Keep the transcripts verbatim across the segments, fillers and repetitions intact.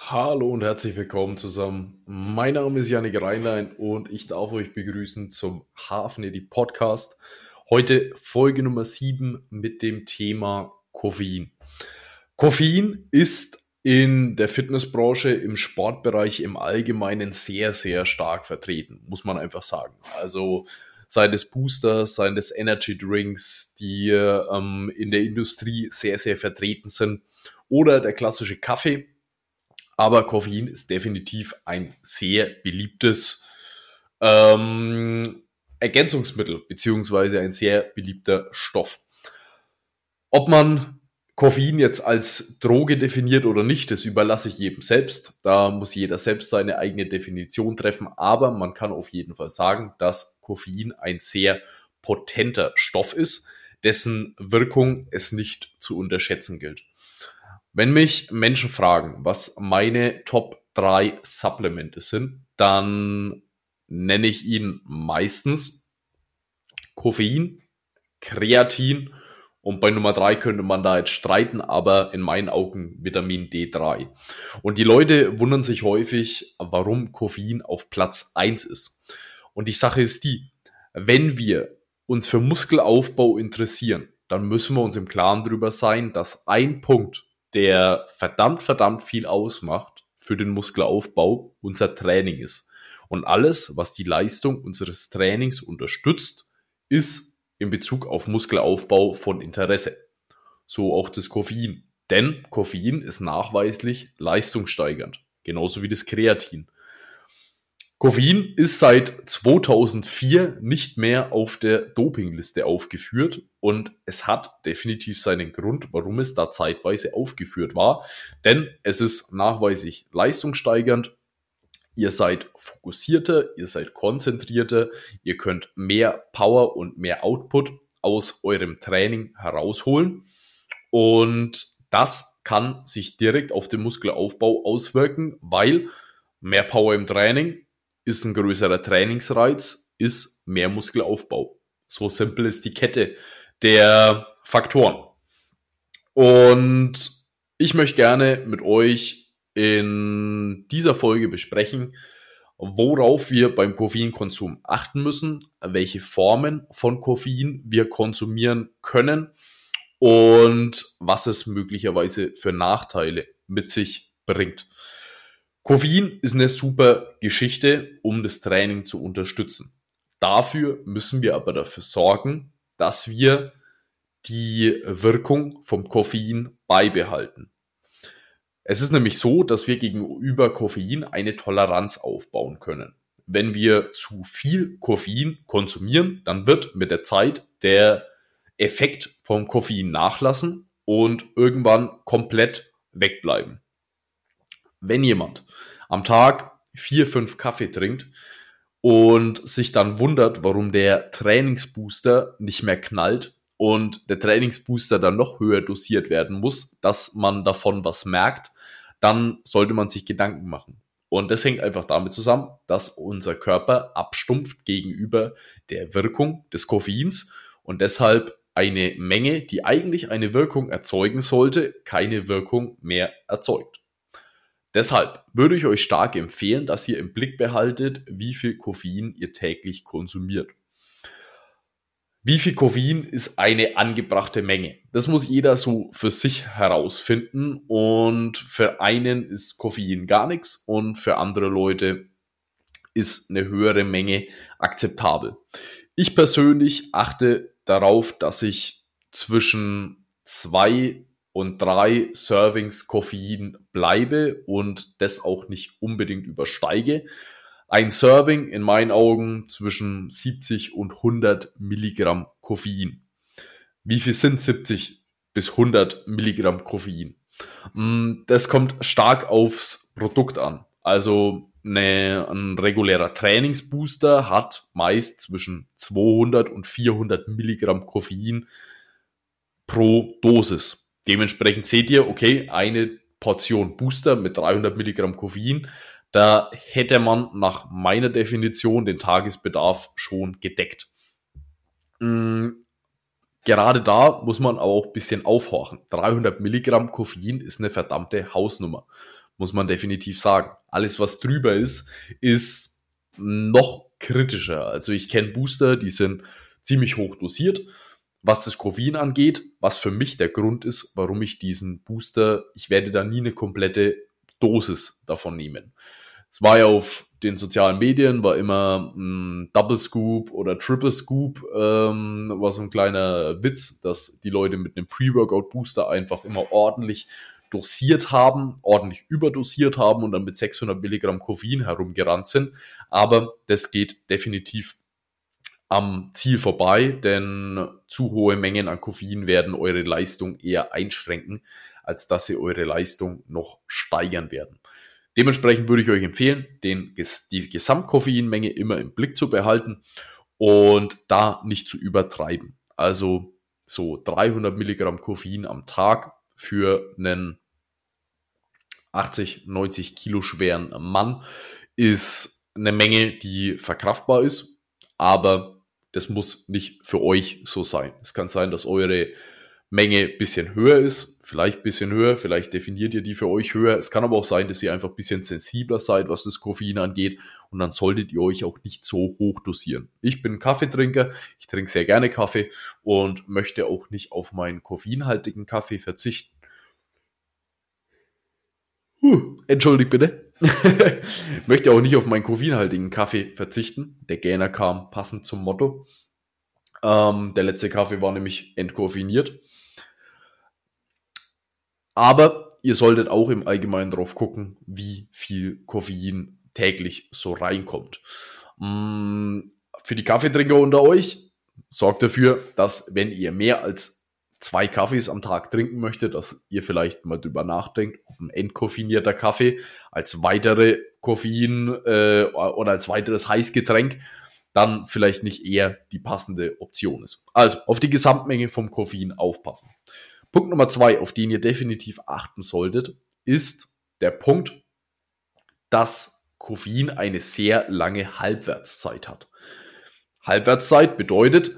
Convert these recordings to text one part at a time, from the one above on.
Hallo und herzlich willkommen zusammen. Mein Name ist Jannik Reinlein und ich darf euch begrüßen zum Hafeneddy Podcast. Heute Folge Nummer sieben mit dem Thema Koffein. Koffein ist in der Fitnessbranche, im Sportbereich im Allgemeinen sehr, sehr stark vertreten, muss man einfach sagen. Also seien es Booster, seien es Energy Drinks, die ähm, in der Industrie sehr, sehr vertreten sind, oder der klassische Kaffee. Aber Koffein ist definitiv ein sehr beliebtes ähm, Ergänzungsmittel beziehungsweise ein sehr beliebter Stoff. Ob man Koffein jetzt als Droge definiert oder nicht, das überlasse ich jedem selbst. Da muss jeder selbst seine eigene Definition treffen. Aber man kann auf jeden Fall sagen, dass Koffein ein sehr potenter Stoff ist, dessen Wirkung es nicht zu unterschätzen gilt. Wenn mich Menschen fragen, was meine Top drei Supplemente sind, dann nenne ich ihnen meistens Koffein, Kreatin und bei Nummer drei könnte man da jetzt streiten, aber in meinen Augen Vitamin D drei. Und die Leute wundern sich häufig, warum Koffein auf Platz eins ist. Und die Sache ist die, wenn wir uns für Muskelaufbau interessieren, dann müssen wir uns im Klaren darüber sein, dass ein Punkt, der verdammt, verdammt viel ausmacht für den Muskelaufbau, unser Training ist. Und alles, was die Leistung unseres Trainings unterstützt, ist in Bezug auf Muskelaufbau von Interesse. So auch das Koffein. Denn Koffein ist nachweislich leistungssteigernd. Genauso wie das Kreatin. Koffein ist seit zweitausendvier nicht mehr auf der Dopingliste aufgeführt und es hat definitiv seinen Grund, warum es da zeitweise aufgeführt war, denn es ist nachweislich leistungssteigernd. Ihr seid fokussierter, ihr seid konzentrierter, ihr könnt mehr Power und mehr Output aus eurem Training herausholen und das kann sich direkt auf den Muskelaufbau auswirken, weil mehr Power im Training ist ein größerer Trainingsreiz, ist mehr Muskelaufbau. So simpel ist die Kette der Faktoren. Und ich möchte gerne mit euch in dieser Folge besprechen, worauf wir beim Koffeinkonsum achten müssen, welche Formen von Koffein wir konsumieren können und was es möglicherweise für Nachteile mit sich bringt. Koffein ist eine super Geschichte, um das Training zu unterstützen. Dafür müssen wir aber dafür sorgen, dass wir die Wirkung vom Koffein beibehalten. Es ist nämlich so, dass wir gegenüber Koffein eine Toleranz aufbauen können. Wenn wir zu viel Koffein konsumieren, dann wird mit der Zeit der Effekt vom Koffein nachlassen und irgendwann komplett wegbleiben. Wenn jemand am Tag vier, fünf Kaffee trinkt und sich dann wundert, warum der Trainingsbooster nicht mehr knallt und der Trainingsbooster dann noch höher dosiert werden muss, dass man davon was merkt, dann sollte man sich Gedanken machen. Und das hängt einfach damit zusammen, dass unser Körper abstumpft gegenüber der Wirkung des Koffeins und deshalb eine Menge, die eigentlich eine Wirkung erzeugen sollte, keine Wirkung mehr erzeugt. Deshalb würde ich euch stark empfehlen, dass ihr im Blick behaltet, wie viel Koffein ihr täglich konsumiert. Wie viel Koffein ist eine angebrachte Menge? Das muss jeder so für sich herausfinden und für einen ist Koffein gar nichts und für andere Leute ist eine höhere Menge akzeptabel. Ich persönlich achte darauf, dass ich zwischen zwei und drei Servings Koffein bleibe und das auch nicht unbedingt übersteige. Ein Serving in meinen Augen zwischen siebzig und hundert Milligramm Koffein. Wie viel sind siebzig bis hundert Milligramm Koffein? Das kommt stark aufs Produkt an. Also eine, ein regulärer Trainingsbooster hat meist zwischen zweihundert und vierhundert Milligramm Koffein pro Dosis. Dementsprechend seht ihr, okay, eine Portion Booster mit dreihundert Milligramm Koffein, da hätte man nach meiner Definition den Tagesbedarf schon gedeckt. Mhm. Gerade da muss man aber auch ein bisschen aufhorchen. dreihundert Milligramm Koffein ist eine verdammte Hausnummer. muss man definitiv sagen. Alles, was drüber ist, ist noch kritischer. Also ich kenne Booster, die sind ziemlich hoch dosiert, was das Koffein angeht, was für mich der Grund ist, warum ich diesen Booster, ich werde da nie eine komplette Dosis davon nehmen. Es war ja auf den sozialen Medien, war immer ein Double Scoop oder Triple Scoop, ähm, war so ein kleiner Witz, dass die Leute mit einem Pre-Workout-Booster einfach immer ordentlich dosiert haben, ordentlich überdosiert haben und dann mit sechshundert Milligramm Koffein herumgerannt sind. Aber das geht definitiv am Ziel vorbei, denn zu hohe Mengen an Koffein werden eure Leistung eher einschränken, als dass sie eure Leistung noch steigern werden. Dementsprechend würde ich euch empfehlen, den, die Gesamtkoffeinmenge immer im Blick zu behalten und da nicht zu übertreiben. Also so dreihundert Milligramm Koffein am Tag für einen achtzig, neunzig Kilo schweren Mann ist eine Menge, die verkraftbar ist, aber das muss nicht für euch so sein. Es kann sein, dass eure Menge ein bisschen höher ist, vielleicht ein bisschen höher, vielleicht definiert ihr die für euch höher. Es kann aber auch sein, dass ihr einfach ein bisschen sensibler seid, was das Koffein angeht und dann solltet ihr euch auch nicht so hoch dosieren. Ich bin Kaffeetrinker, ich trinke sehr gerne Kaffee und möchte auch nicht auf meinen koffeinhaltigen Kaffee verzichten. Huh, entschuldigt bitte. Möchte auch nicht auf meinen koffeinhaltigen Kaffee verzichten. Der Gähner kam passend zum Motto. Ähm, der letzte Kaffee war nämlich entkoffeiniert. Aber ihr solltet auch im Allgemeinen drauf gucken, wie viel Koffein täglich so reinkommt. Mm, für die Kaffeetrinker unter euch, sorgt dafür, dass wenn ihr mehr als zwei Kaffees am Tag trinken möchtet, dass ihr vielleicht mal drüber nachdenkt, ob ein entkoffinierter Kaffee als weitere Koffein äh, oder als weiteres Heißgetränk dann vielleicht nicht eher die passende Option ist. Also auf die Gesamtmenge vom Koffein aufpassen. Punkt Nummer zwei, auf den ihr definitiv achten solltet, ist der Punkt, dass Koffein eine sehr lange Halbwertszeit hat. Halbwertszeit bedeutet,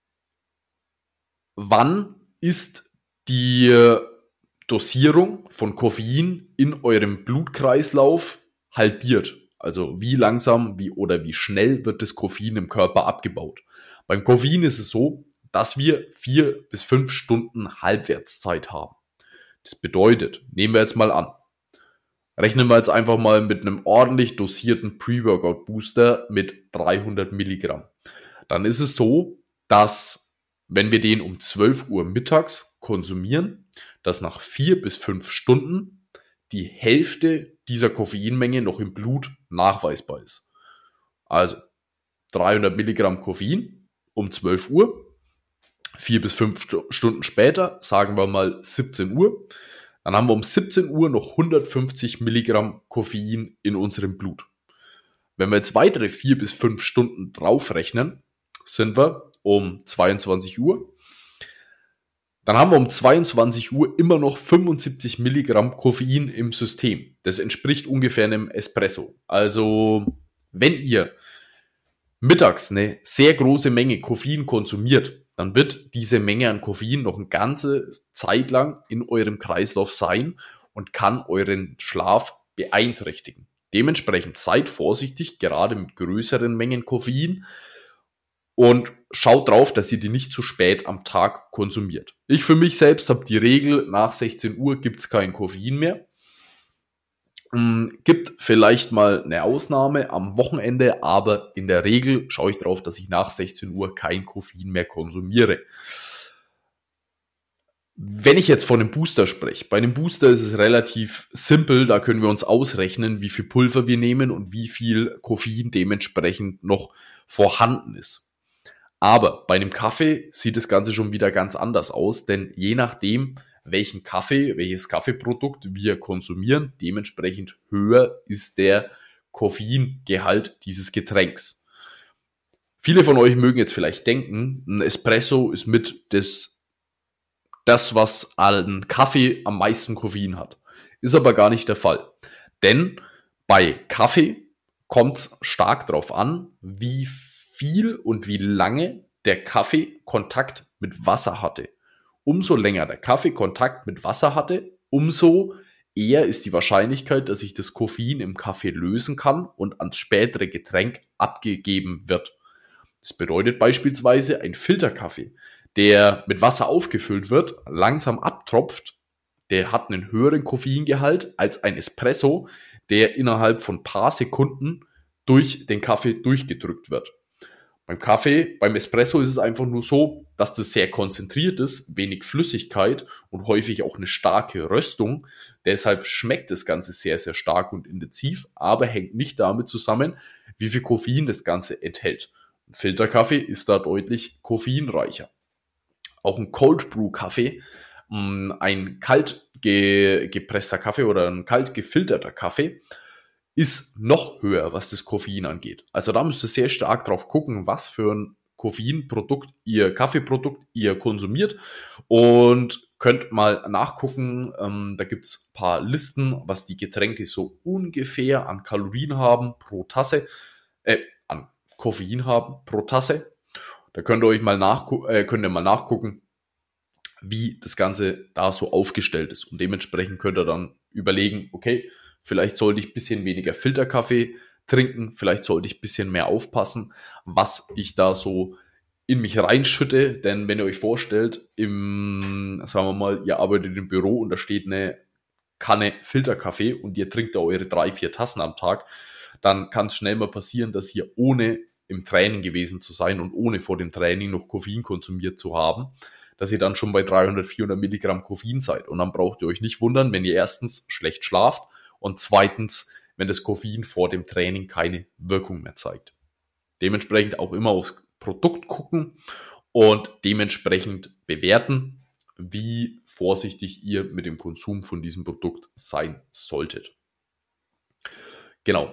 wann ist die Dosierung von Koffein in eurem Blutkreislauf halbiert. Also wie langsam wie oder wie schnell wird das Koffein im Körper abgebaut. Beim Koffein ist es so, dass wir vier bis fünf Stunden Halbwertszeit haben. Das bedeutet, nehmen wir jetzt mal an, rechnen wir jetzt einfach mal mit einem ordentlich dosierten Pre-Workout-Booster mit dreihundert Milligramm. Dann ist es so, dass wenn wir den um zwölf Uhr mittags konsumieren, dass nach vier bis fünf Stunden die Hälfte dieser Koffeinmenge noch im Blut nachweisbar ist. Also dreihundert Milligramm Koffein um zwölf Uhr, vier bis fünf Stunden später, sagen wir mal siebzehn Uhr, dann haben wir um siebzehn Uhr noch hundertfünfzig Milligramm Koffein in unserem Blut. Wenn wir jetzt weitere vier bis fünf Stunden draufrechnen, sind wir um zweiundzwanzig Uhr. Dann haben wir um zweiundzwanzig Uhr immer noch fünfundsiebzig Milligramm Koffein im System. Das entspricht ungefähr einem Espresso. Also wenn ihr mittags eine sehr große Menge Koffein konsumiert, dann wird diese Menge an Koffein noch eine ganze Zeit lang in eurem Kreislauf sein und kann euren Schlaf beeinträchtigen. Dementsprechend seid vorsichtig, gerade mit größeren Mengen Koffein, und schaut drauf, dass ihr die nicht zu spät am Tag konsumiert. Ich für mich selbst habe die Regel, nach sechzehn Uhr gibt es kein Koffein mehr. Gibt vielleicht mal eine Ausnahme am Wochenende, aber in der Regel schaue ich drauf, dass ich nach sechzehn Uhr kein Koffein mehr konsumiere. Wenn ich jetzt von einem Booster spreche, bei einem Booster ist es relativ simpel, da können wir uns ausrechnen, wie viel Pulver wir nehmen und wie viel Koffein dementsprechend noch vorhanden ist. Aber bei einem Kaffee sieht das Ganze schon wieder ganz anders aus, denn je nachdem, welchen Kaffee, welches Kaffeeprodukt wir konsumieren, dementsprechend höher ist der Koffeingehalt dieses Getränks. Viele von euch mögen jetzt vielleicht denken, ein Espresso ist mit das, das was an Kaffee am meisten Koffein hat. Ist aber gar nicht der Fall. Denn bei Kaffee kommt es stark darauf an, wie viel und wie lange der Kaffee Kontakt mit Wasser hatte. Umso länger der Kaffee Kontakt mit Wasser hatte, umso eher ist die Wahrscheinlichkeit, dass sich das Koffein im Kaffee lösen kann und ans spätere Getränk abgegeben wird. Das bedeutet beispielsweise ein Filterkaffee, der mit Wasser aufgefüllt wird, langsam abtropft, der hat einen höheren Koffeingehalt als ein Espresso, der innerhalb von ein paar Sekunden durch den Kaffee durchgedrückt wird. Beim Kaffee, beim Espresso ist es einfach nur so, dass das sehr konzentriert ist, wenig Flüssigkeit und häufig auch eine starke Röstung. Deshalb schmeckt das Ganze sehr, sehr stark und intensiv, aber hängt nicht damit zusammen, wie viel Koffein das Ganze enthält. Ein Filterkaffee ist da deutlich koffeinreicher. Auch ein Cold Brew Kaffee, ein kalt ge- gepresster Kaffee oder ein kalt gefilterter Kaffee, ist noch höher, was das Koffein angeht. Also da müsst ihr sehr stark drauf gucken, was für ein Koffeinprodukt ihr Kaffeeprodukt ihr konsumiert und könnt mal nachgucken. Ähm, da gibt es ein paar Listen, was die Getränke so ungefähr an Kalorien haben pro Tasse, äh, an Koffein haben pro Tasse. Da könnt ihr euch mal, nachgu- äh, könnt ihr mal nachgucken, wie das Ganze da so aufgestellt ist. Und dementsprechend könnt ihr dann überlegen, okay, vielleicht sollte ich ein bisschen weniger Filterkaffee trinken, vielleicht sollte ich ein bisschen mehr aufpassen, was ich da so in mich reinschütte. Denn wenn ihr euch vorstellt, im, sagen wir mal, ihr arbeitet im Büro und da steht eine Kanne Filterkaffee und ihr trinkt da eure drei, vier Tassen am Tag, dann kann es schnell mal passieren, dass ihr ohne im Training gewesen zu sein und ohne vor dem Training noch Koffein konsumiert zu haben, dass ihr dann schon bei dreihundert, vierhundert Milligramm Koffein seid. Und dann braucht ihr euch nicht wundern, wenn ihr erstens schlecht schlaft und zweitens, wenn das Koffein vor dem Training keine Wirkung mehr zeigt. Dementsprechend auch immer aufs Produkt gucken und dementsprechend bewerten, wie vorsichtig ihr mit dem Konsum von diesem Produkt sein solltet. Genau.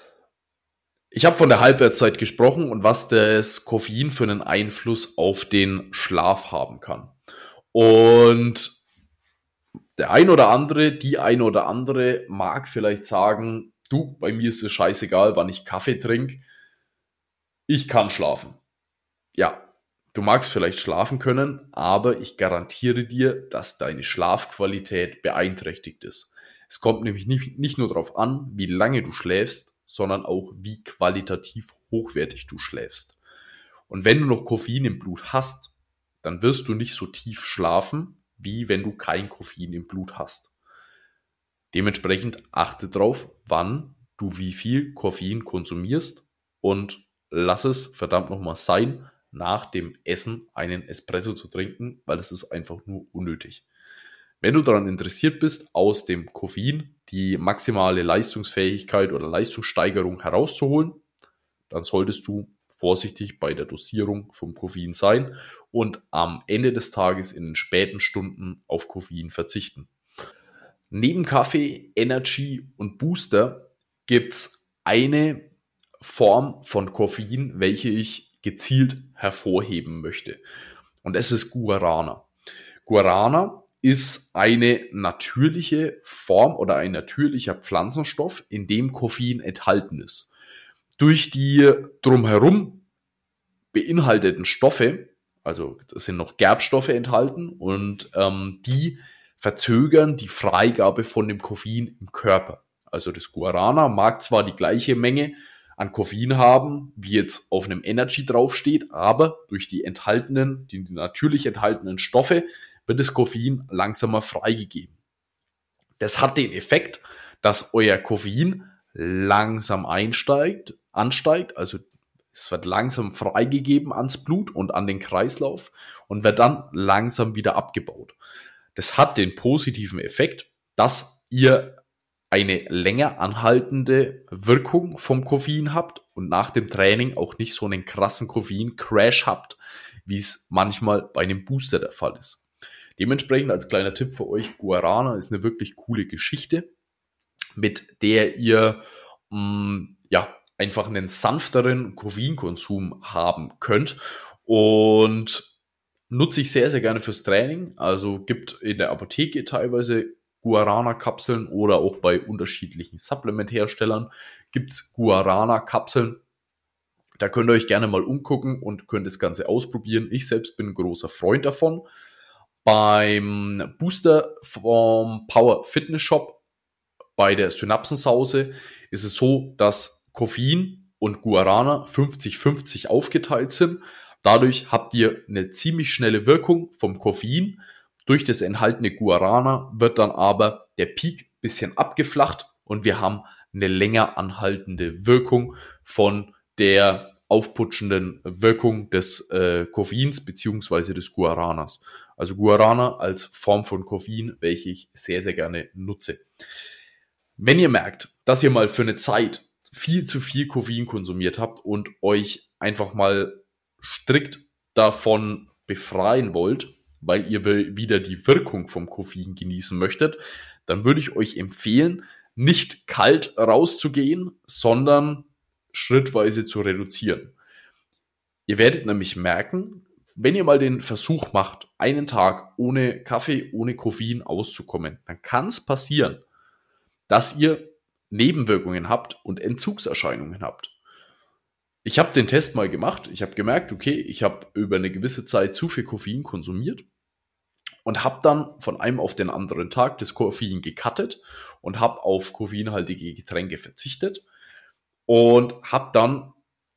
Ich habe von der Halbwertszeit gesprochen und was das Koffein für einen Einfluss auf den Schlaf haben kann. Und der ein oder andere, die ein oder andere mag vielleicht sagen, du, bei mir ist es scheißegal, wann ich Kaffee trinke, ich kann schlafen. Ja, du magst vielleicht schlafen können, aber ich garantiere dir, dass deine Schlafqualität beeinträchtigt ist. Es kommt nämlich nicht, nicht nur darauf an, wie lange du schläfst, sondern auch, wie qualitativ hochwertig du schläfst. Und wenn du noch Koffein im Blut hast, dann wirst du nicht so tief schlafen, wie wenn du kein Koffein im Blut hast. Dementsprechend achte darauf, wann du wie viel Koffein konsumierst und lass es verdammt nochmal sein, nach dem Essen einen Espresso zu trinken, weil es ist einfach nur unnötig. Wenn du daran interessiert bist, aus dem Koffein die maximale Leistungsfähigkeit oder Leistungssteigerung herauszuholen, dann solltest du vorsichtig bei der Dosierung vom Koffein sein und am Ende des Tages in den späten Stunden auf Koffein verzichten. Neben Kaffee, Energy und Booster gibt es eine Form von Koffein, welche ich gezielt hervorheben möchte. Und es ist Guarana. Guarana ist eine natürliche Form oder ein natürlicher Pflanzenstoff, in dem Koffein enthalten ist. Durch die drumherum beinhalteten Stoffe, also es sind noch Gerbstoffe enthalten und ähm, die verzögern die Freigabe von dem Koffein im Körper. Also das Guarana mag zwar die gleiche Menge an Koffein haben, wie jetzt auf einem Energy draufsteht, aber durch die enthaltenen, die natürlich enthaltenen Stoffe wird das Koffein langsamer freigegeben. Das hat den Effekt, dass euer Koffein langsam einsteigt, ansteigt, also es wird langsam freigegeben ans Blut und an den Kreislauf und wird dann langsam wieder abgebaut. Das hat den positiven Effekt, dass ihr eine länger anhaltende Wirkung vom Koffein habt und nach dem Training auch nicht so einen krassen Koffein-Crash habt, wie es manchmal bei einem Booster der Fall ist. Dementsprechend als kleiner Tipp für euch, Guarana ist eine wirklich coole Geschichte, mit der ihr mh, ja einfach einen sanfteren Koffeinkonsum haben könnt und nutze ich sehr, sehr gerne fürs Training. Also gibt in der Apotheke teilweise Guarana-Kapseln oder auch bei unterschiedlichen Supplement-Herstellern gibt es Guarana-Kapseln. Da könnt ihr euch gerne mal umgucken und könnt das Ganze ausprobieren. Ich selbst bin ein großer Freund davon. Beim Booster vom Power Fitness Shop bei der Synapsensauce ist es so, dass Koffein und Guarana fünfzig fünfzig aufgeteilt sind. Dadurch habt ihr eine ziemlich schnelle Wirkung vom Koffein. Durch das enthaltene Guarana wird dann aber der Peak ein bisschen abgeflacht und wir haben eine länger anhaltende Wirkung von der aufputschenden Wirkung des äh, Koffeins bzw. des Guaranas. Also Guarana als Form von Koffein, welche ich sehr, sehr gerne nutze. Wenn ihr merkt, dass ihr mal für eine Zeit viel zu viel Koffein konsumiert habt und euch einfach mal strikt davon befreien wollt, weil ihr wieder die Wirkung vom Koffein genießen möchtet, dann würde ich euch empfehlen, nicht kalt rauszugehen, sondern schrittweise zu reduzieren. Ihr werdet nämlich merken, wenn ihr mal den Versuch macht, einen Tag ohne Kaffee, ohne Koffein auszukommen, dann kann es passieren, dass ihr Nebenwirkungen habt und Entzugserscheinungen habt. Ich habe den Test mal gemacht. Ich habe gemerkt, okay, ich habe über eine gewisse Zeit zu viel Koffein konsumiert und habe dann von einem auf den anderen Tag das Koffein gecuttet und habe auf koffeinhaltige Getränke verzichtet und habe dann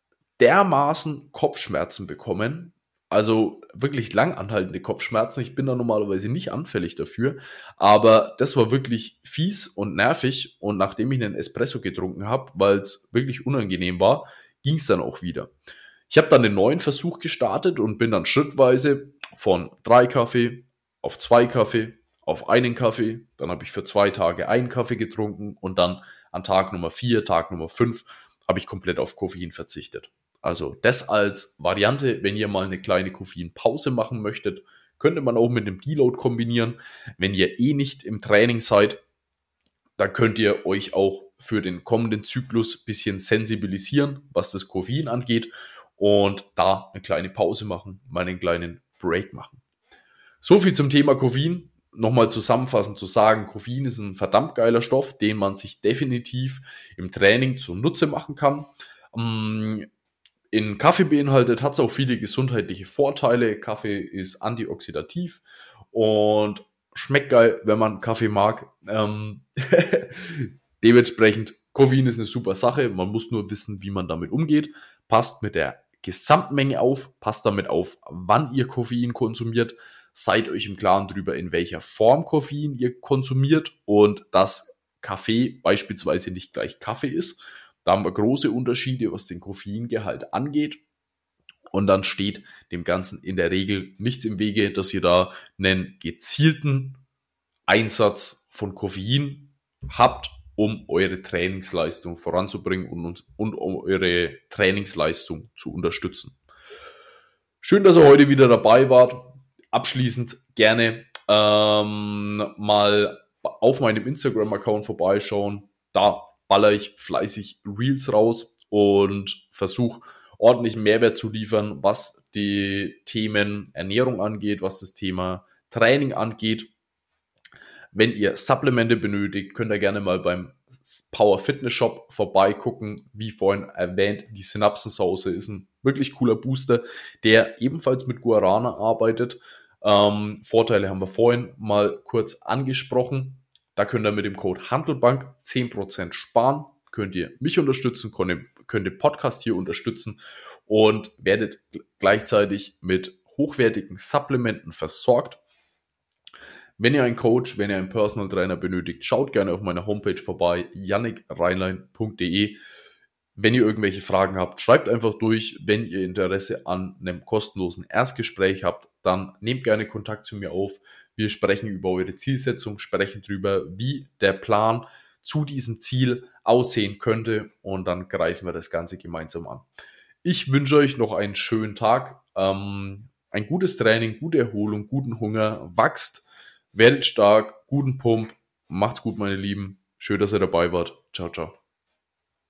dermaßen Kopfschmerzen bekommen, also wirklich lang anhaltende Kopfschmerzen. Ich bin da normalerweise nicht anfällig dafür, aber das war wirklich fies und nervig und nachdem ich einen Espresso getrunken habe, weil es wirklich unangenehm war, ging es dann auch wieder. Ich habe dann den neuen Versuch gestartet und bin dann schrittweise von drei Kaffee auf zwei Kaffee, auf einen Kaffee, dann habe ich für zwei Tage einen Kaffee getrunken und dann an Tag Nummer vier, Tag Nummer fünf habe ich komplett auf Koffein verzichtet. Also das als Variante, wenn ihr mal eine kleine Koffeinpause machen möchtet, könnte man auch mit dem Deload kombinieren. Wenn ihr eh nicht im Training seid, dann könnt ihr euch auch für den kommenden Zyklus ein bisschen sensibilisieren, was das Koffein angeht und da eine kleine Pause machen, mal einen kleinen Break machen. So viel zum Thema Koffein. Nochmal zusammenfassend zu sagen, Koffein ist ein verdammt geiler Stoff, den man sich definitiv im Training zunutze machen kann. In Kaffee beinhaltet hat es auch viele gesundheitliche Vorteile. Kaffee ist antioxidativ und schmeckt geil, wenn man Kaffee mag. Ähm Dementsprechend, Koffein ist eine super Sache. Man muss nur wissen, wie man damit umgeht. Passt mit der Gesamtmenge auf, passt damit auf, wann ihr Koffein konsumiert. Seid euch im Klaren darüber, in welcher Form Koffein ihr konsumiert und dass Kaffee beispielsweise nicht gleich Kaffee ist. Da haben wir große Unterschiede, was den Koffeingehalt angeht. Und dann steht dem Ganzen in der Regel nichts im Wege, dass ihr da einen gezielten Einsatz von Koffein habt, um eure Trainingsleistung voranzubringen und, und um eure Trainingsleistung zu unterstützen. Schön, dass ihr heute wieder dabei wart. Abschließend gerne ähm, mal auf meinem Instagram-Account vorbeischauen. Da baller ich fleißig Reels raus und versuche ordentlichen Mehrwert zu liefern, was die Themen Ernährung angeht, was das Thema Training angeht. Wenn ihr Supplemente benötigt, könnt ihr gerne mal beim Power Fitness Shop vorbeigucken. Wie vorhin erwähnt, die Synapsensauce ist ein wirklich cooler Booster, der ebenfalls mit Guarana arbeitet. Ähm, Vorteile haben wir vorhin mal kurz angesprochen. Da könnt ihr mit dem Code Handelbank zehn Prozent sparen. Könnt ihr mich unterstützen, könnt ihr, könnt ihr Podcast hier unterstützen und werdet gleichzeitig mit hochwertigen Supplementen versorgt. Wenn ihr einen Coach, wenn ihr einen Personal Trainer benötigt, schaut gerne auf meiner Homepage vorbei, jannik reinlein punkt de. Wenn ihr irgendwelche Fragen habt, schreibt einfach durch. Wenn ihr Interesse an einem kostenlosen Erstgespräch habt, dann nehmt gerne Kontakt zu mir auf. Wir sprechen über eure Zielsetzung, sprechen darüber, wie der Plan zu diesem Ziel aussehen könnte und dann greifen wir das Ganze gemeinsam an. Ich wünsche euch noch einen schönen Tag, ähm, ein gutes Training, gute Erholung, guten Hunger, wachst, werdet stark, guten Pump, macht's gut, meine Lieben. Schön, dass ihr dabei wart. Ciao, ciao.